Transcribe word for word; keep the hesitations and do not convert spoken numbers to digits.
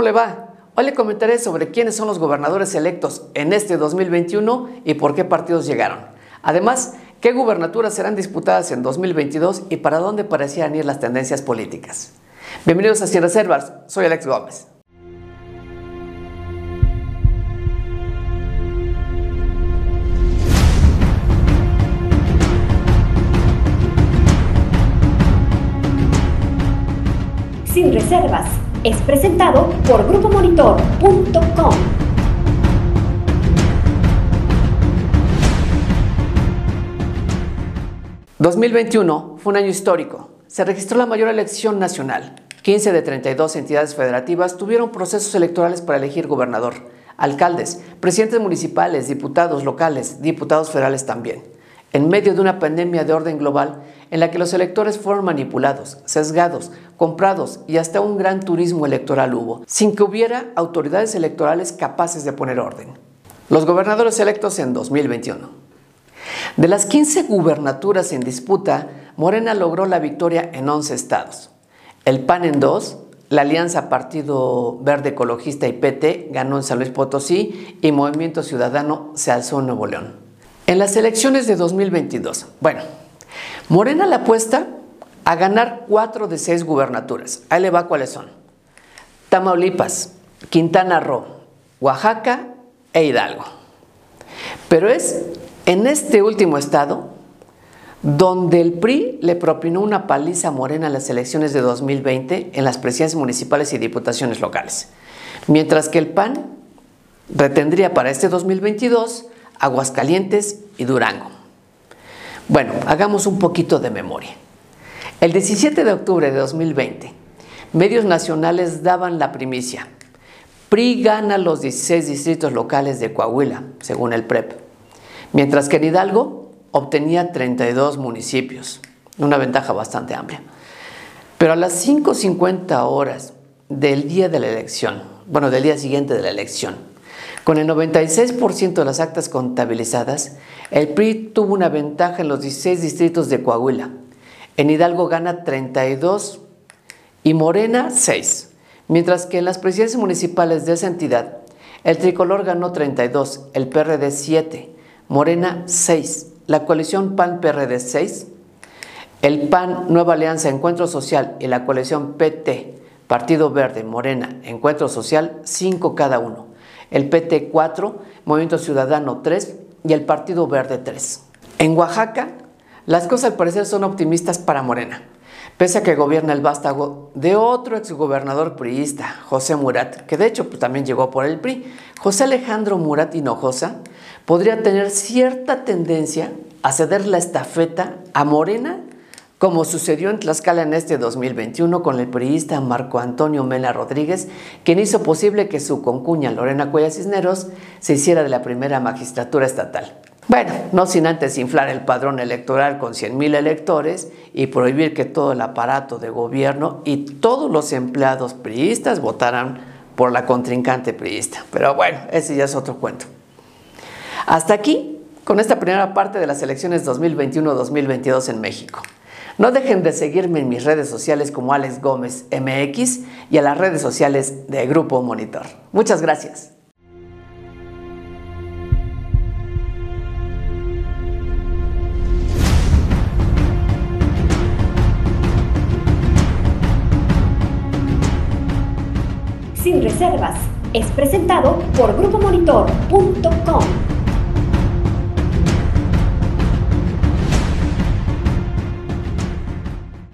¿cómo le va? Hoy le comentaré sobre quiénes son los gobernadores electos en este dos mil veintiuno y por qué partidos llegaron. Además, qué gubernaturas serán disputadas en dos mil veintidós y para dónde parecieran ir las tendencias políticas. Bienvenidos a Sin Reservas, soy Alex Gómez. Sin Reservas es presentado por grupo monitor punto com. dos mil veintiuno fue un año histórico. Se registró la mayor elección nacional. quince de treinta y dos entidades federativas tuvieron procesos electorales para elegir gobernador, alcaldes, presidentes municipales, diputados locales, diputados federales también. En medio de una pandemia de orden global en la que los electores fueron manipulados, sesgados, comprados y hasta un gran turismo electoral hubo, sin que hubiera autoridades electorales capaces de poner orden. Los gobernadores electos en dos mil veintiuno. De las quince gubernaturas en disputa, Morena logró la victoria en once estados. El P A N en dos, la Alianza Partido Verde Ecologista y P T ganó en San Luis Potosí y Movimiento Ciudadano se alzó en Nuevo León. En las elecciones de dos mil veintidós, bueno, Morena le apuesta a ganar cuatro de seis gubernaturas. Ahí le va cuáles son: Tamaulipas, Quintana Roo, Oaxaca e Hidalgo. Pero es en este último estado donde el P R I le propinó una paliza a Morena en las elecciones de dos mil veinte en las presidencias municipales y diputaciones locales, mientras que el P A N retendría para este dos mil veintidós Aguascalientes y Durango. Bueno, hagamos un poquito de memoria. El diecisiete de octubre de dos mil veinte, medios nacionales daban la primicia. P R I gana los dieciséis distritos locales de Coahuila, según el P R E P, mientras que en Hidalgo obtenía treinta y dos municipios, una ventaja bastante amplia. Pero a las cinco cincuenta horas del día de la elección, bueno, del día siguiente de la elección, con el noventa y seis por ciento de las actas contabilizadas, el P R I tuvo una ventaja en los dieciséis distritos de Coahuila. En Hidalgo gana treinta y dos y Morena seis, mientras que en las presidencias municipales de esa entidad, el tricolor ganó treinta y dos, el P R D siete, Morena seis, la coalición P A N-P R D seis, el P A N Nueva Alianza Encuentro Social y la coalición P T, Partido Verde, Morena, Encuentro Social, cinco cada uno. El P T cuatro, Movimiento Ciudadano tres y el Partido Verde tres. En Oaxaca, las cosas al parecer son optimistas para Morena, pese a que gobierna el vástago de otro exgobernador priista, José Murat, que de hecho pues, también llegó por el P R I. José Alejandro Murat Hinojosa podría tener cierta tendencia a ceder la estafeta a Morena, como sucedió en Tlaxcala en este dos mil veintiuno con el priista Marco Antonio Mena Rodríguez, quien hizo posible que su concuña Lorena Cuellar Cisneros se hiciera de la primera magistratura estatal. Bueno, no sin antes inflar el padrón electoral con cien mil electores y prohibir que todo el aparato de gobierno y todos los empleados priistas votaran por la contrincante priista. Pero bueno, ese ya es otro cuento. Hasta aquí con esta primera parte de las elecciones dos mil veintiuno dos mil veintidós en México. No dejen de seguirme en mis redes sociales como Alex Gómez M X y a las redes sociales de Grupo Monitor. Muchas gracias. Sin Reservas es presentado por grupo monitor punto com.